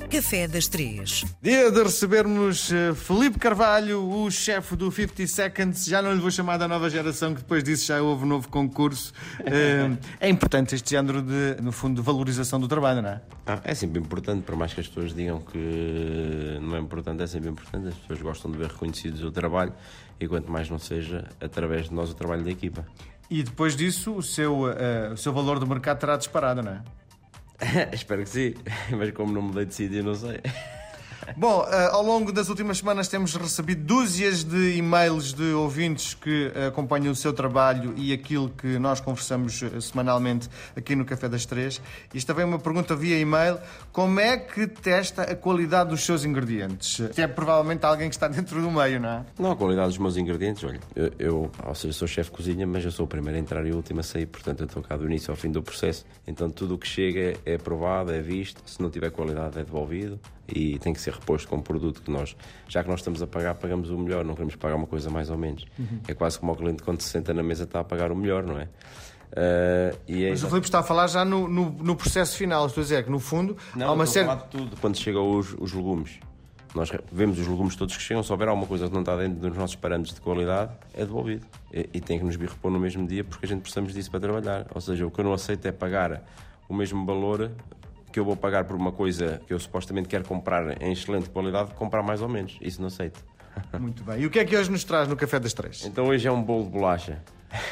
Café das Três. Dia de recebermos Filipe Carvalho, o chefe do 50 Seconds. Já não lhe vou chamar da nova geração, que depois disso já houve um novo concurso. É importante este género de, no fundo, de valorização do trabalho, não é? É sempre importante, por mais que as pessoas digam que não é importante, é sempre importante. As pessoas gostam de ver reconhecidos o trabalho e quanto mais não seja, através de nós, o trabalho da equipa. E depois disso, o seu valor do mercado terá disparado, não é? Espero que sim, mas como não mudei de sítio, não sei. Bom, ao longo das últimas semanas temos recebido dúzias de e-mails de ouvintes que acompanham o seu trabalho e aquilo que nós conversamos semanalmente aqui no Café das Três. Isto também é uma pergunta via e-mail. Como é que testa a qualidade dos seus ingredientes? Que é provavelmente alguém que está dentro do meio, não é? Não, a qualidade dos meus ingredientes, olha, eu sou chefe de cozinha, mas eu sou o primeiro a entrar e o último a sair, portanto eu estou cá do início ao fim do processo. Então tudo o que chega é provado, é visto, se não tiver qualidade é devolvido e tem que ser reposto com um produto que nós, já que nós estamos a pagar, pagamos o melhor, não queremos pagar uma coisa mais ou menos. É quase como o cliente quando se senta na mesa está a pagar o melhor, não é? Mas o Filipe está a falar já no processo final, estou a dizer que no fundo há uma série... Não, estou a falar de tudo. Quando chegam os legumes, nós vemos os legumes todos que chegam, se houver alguma coisa que não está dentro dos nossos parâmetros de qualidade, é devolvido. E tem que nos vir repor no mesmo dia porque a gente precisamos disso para trabalhar. Ou seja, o que eu não aceito é pagar o mesmo valor que eu vou pagar por uma coisa que eu supostamente quero comprar em excelente qualidade, comprar mais ou menos. Isso não aceito. Muito bem. E o que é que hoje nos traz no Café das Três? Então hoje é um bolo de bolacha.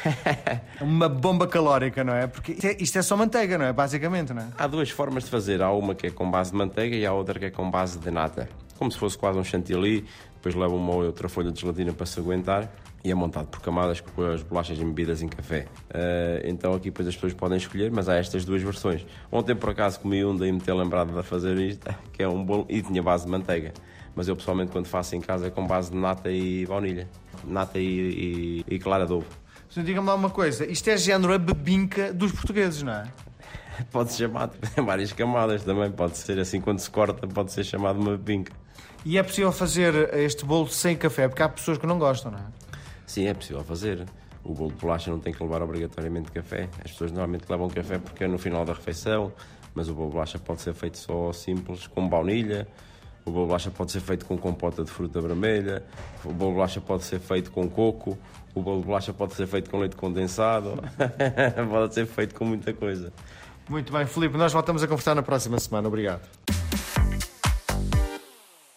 Uma bomba calórica, não é? Porque isto é só manteiga, não é? Basicamente, não é? Há duas formas de fazer. Há uma que é com base de manteiga e há outra que é com base de nata. Como se fosse quase um chantilly. Depois leva uma ou outra folha de gelatina para se aguentar. E é montado por camadas com as bolachas embebidas em café. Então aqui depois as pessoas podem escolher, mas há estas duas versões. Ontem por acaso comi daí me ter lembrado de fazer isto, que é um bolo e tinha base de manteiga. Mas eu pessoalmente quando faço em casa é com base de nata e baunilha. Nata e clara de ovo. Então, diga-me lá uma coisa, isto é género a bebinca dos portugueses, não é? Pode ser chamado, tem várias camadas também, pode ser assim quando se corta, pode ser chamado uma bebinca. E é possível fazer este bolo sem café, porque há pessoas que não gostam, não é? Sim, é possível fazer. O bolo de bolacha não tem que levar obrigatoriamente café. As pessoas normalmente levam café porque é no final da refeição, mas o bolo de bolacha pode ser feito só simples, com baunilha. O bolo de bolacha pode ser feito com compota de fruta vermelha. O bolo de bolacha pode ser feito com coco. O bolo de bolacha pode ser feito com leite condensado. Pode ser feito com muita coisa. Muito bem, Filipe, nós voltamos a conversar na próxima semana. Obrigado.